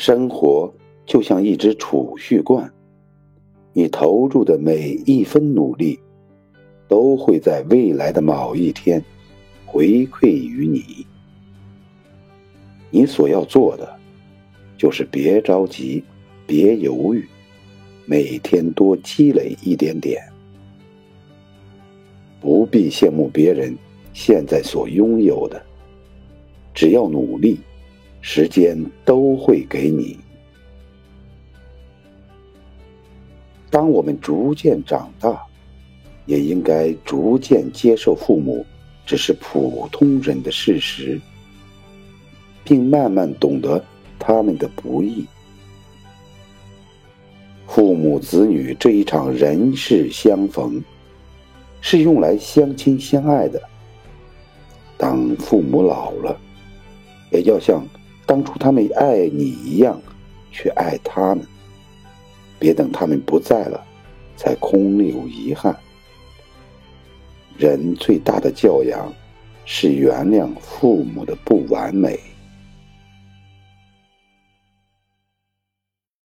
生活就像一只储蓄罐，你投入的每一分努力，都会在未来的某一天回馈于你。你所要做的，就是别着急，别犹豫，每天多积累一点点。不必羡慕别人现在所拥有的，只要努力，时间都会给你。当我们逐渐长大，也应该逐渐接受父母只是普通人的事实，并慢慢懂得他们的不易。父母子女这一场人世相逢，是用来相亲相爱的。当父母老了，也要像当初他们爱你一样去爱他们，别等他们不在了才空留遗憾。人最大的教养是原谅父母的不完美。